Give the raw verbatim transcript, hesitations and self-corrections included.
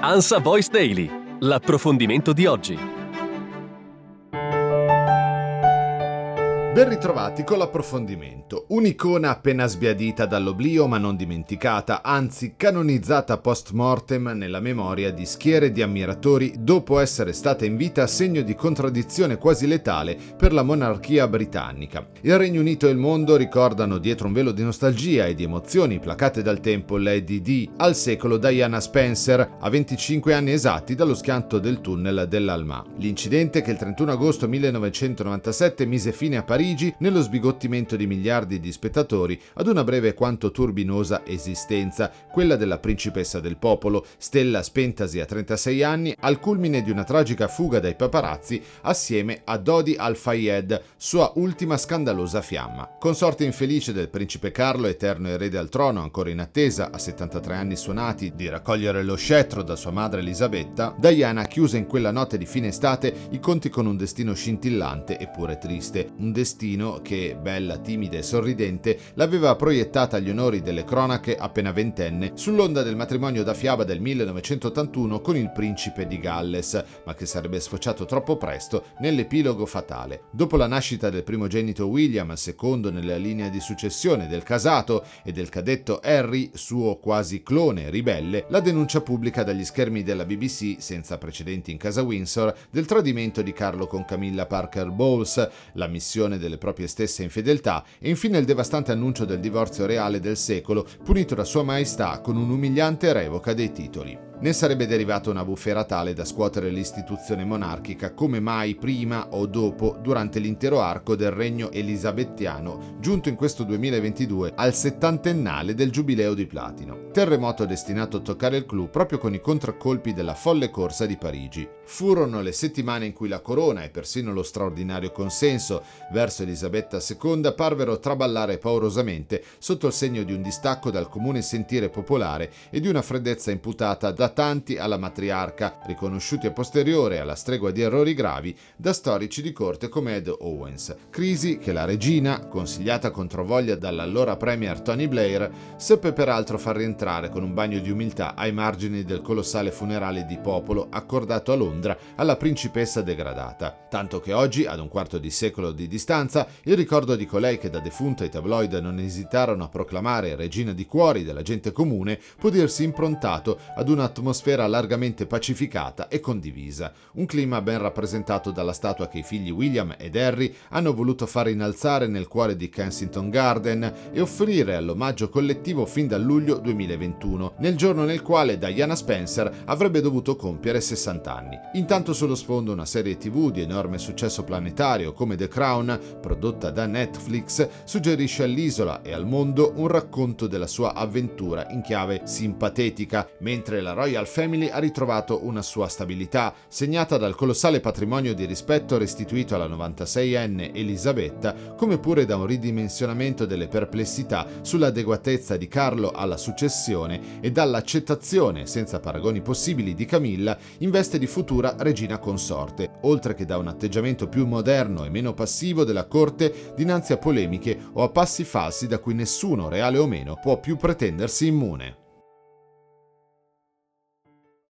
ANSA Voice Daily, l'approfondimento di oggi. Ben ritrovati con l'approfondimento. Un'icona appena sbiadita dall'oblio ma non dimenticata, anzi canonizzata post mortem nella memoria di schiere di ammiratori dopo essere stata in vita segno di contraddizione quasi letale per la monarchia britannica. Il Regno Unito e il mondo ricordano dietro un velo di nostalgia e di emozioni placate dal tempo Lady Di, al secolo Diana Spencer, a venticinque anni esatti dallo schianto del tunnel dell'Alma. L'incidente che il trentuno agosto millenovecentonovantasette mise fine a Parigi nello sbigottimento di miliardi di spettatori ad una breve quanto turbinosa esistenza, quella della principessa del popolo, stella spentasi a trentasei anni al culmine di una tragica fuga dai paparazzi assieme a Dodi Al-Fayed, sua ultima scandalosa fiamma. Consorte infelice del principe Carlo, eterno erede al trono ancora in attesa, a settantatré anni suonati, di raccogliere lo scettro da sua madre Elisabetta, Diana chiuse in quella notte di fine estate i conti con un destino scintillante eppure triste, un destino che, bella, timida e sorridente, l'aveva proiettata agli onori delle cronache appena ventenne sull'onda del matrimonio da fiaba del millenovecentottantuno con il principe di Galles, ma che sarebbe sfociato troppo presto nell'epilogo fatale. Dopo la nascita del primogenito William, secondo nella linea di successione del casato, e del cadetto Harry, suo quasi clone ribelle, la denuncia pubblica dagli schermi della B B C, senza precedenti in casa Windsor, del tradimento di Carlo con Camilla Parker Bowles, la missione delle proprie stesse infedeltà e infine il devastante annuncio del divorzio reale del secolo, punito da Sua Maestà con un'umiliante revoca dei titoli. Ne sarebbe derivata una bufera tale da scuotere l'istituzione monarchica come mai prima o dopo durante l'intero arco del regno elisabettiano, giunto in questo duemilaventidue al settantennale del giubileo di platino. Terremoto destinato a toccare il clou proprio con i contraccolpi della folle corsa di Parigi. Furono le settimane in cui la corona e persino lo straordinario consenso verso Elisabetta seconda parvero traballare paurosamente sotto il segno di un distacco dal comune sentire popolare e di una freddezza imputata da tanti alla matriarca, riconosciuti a posteriore alla stregua di errori gravi da storici di corte come Ed Owens. Crisi che la regina, consigliata controvoglia dall'allora premier Tony Blair, seppe peraltro far rientrare con un bagno di umiltà ai margini del colossale funerale di popolo accordato a Londra alla principessa degradata. Tanto che oggi, ad un quarto di secolo di distanza, il ricordo di colei che da defunta i tabloid non esitarono a proclamare regina di cuori della gente comune può dirsi improntato ad un'atmosfera atmosfera largamente pacificata e condivisa, un clima ben rappresentato dalla statua che i figli William ed Harry hanno voluto far innalzare nel cuore di Kensington Garden e offrire all'omaggio collettivo fin dal luglio duemilaventuno, nel giorno nel quale Diana Spencer avrebbe dovuto compiere sessanta anni. Intanto sullo sfondo una serie tivù di enorme successo planetario come The Crown, prodotta da Netflix, suggerisce all'isola e al mondo un racconto della sua avventura in chiave simpatetica, mentre la Royal Family ha ritrovato una sua stabilità, segnata dal colossale patrimonio di rispetto restituito alla novantaseienne Elisabetta, come pure da un ridimensionamento delle perplessità sull'adeguatezza di Carlo alla successione e dall'accettazione, senza paragoni possibili, di Camilla in veste di futura regina consorte, oltre che da un atteggiamento più moderno e meno passivo della corte dinanzi a polemiche o a passi falsi da cui nessuno, reale o meno, può più pretendersi immune.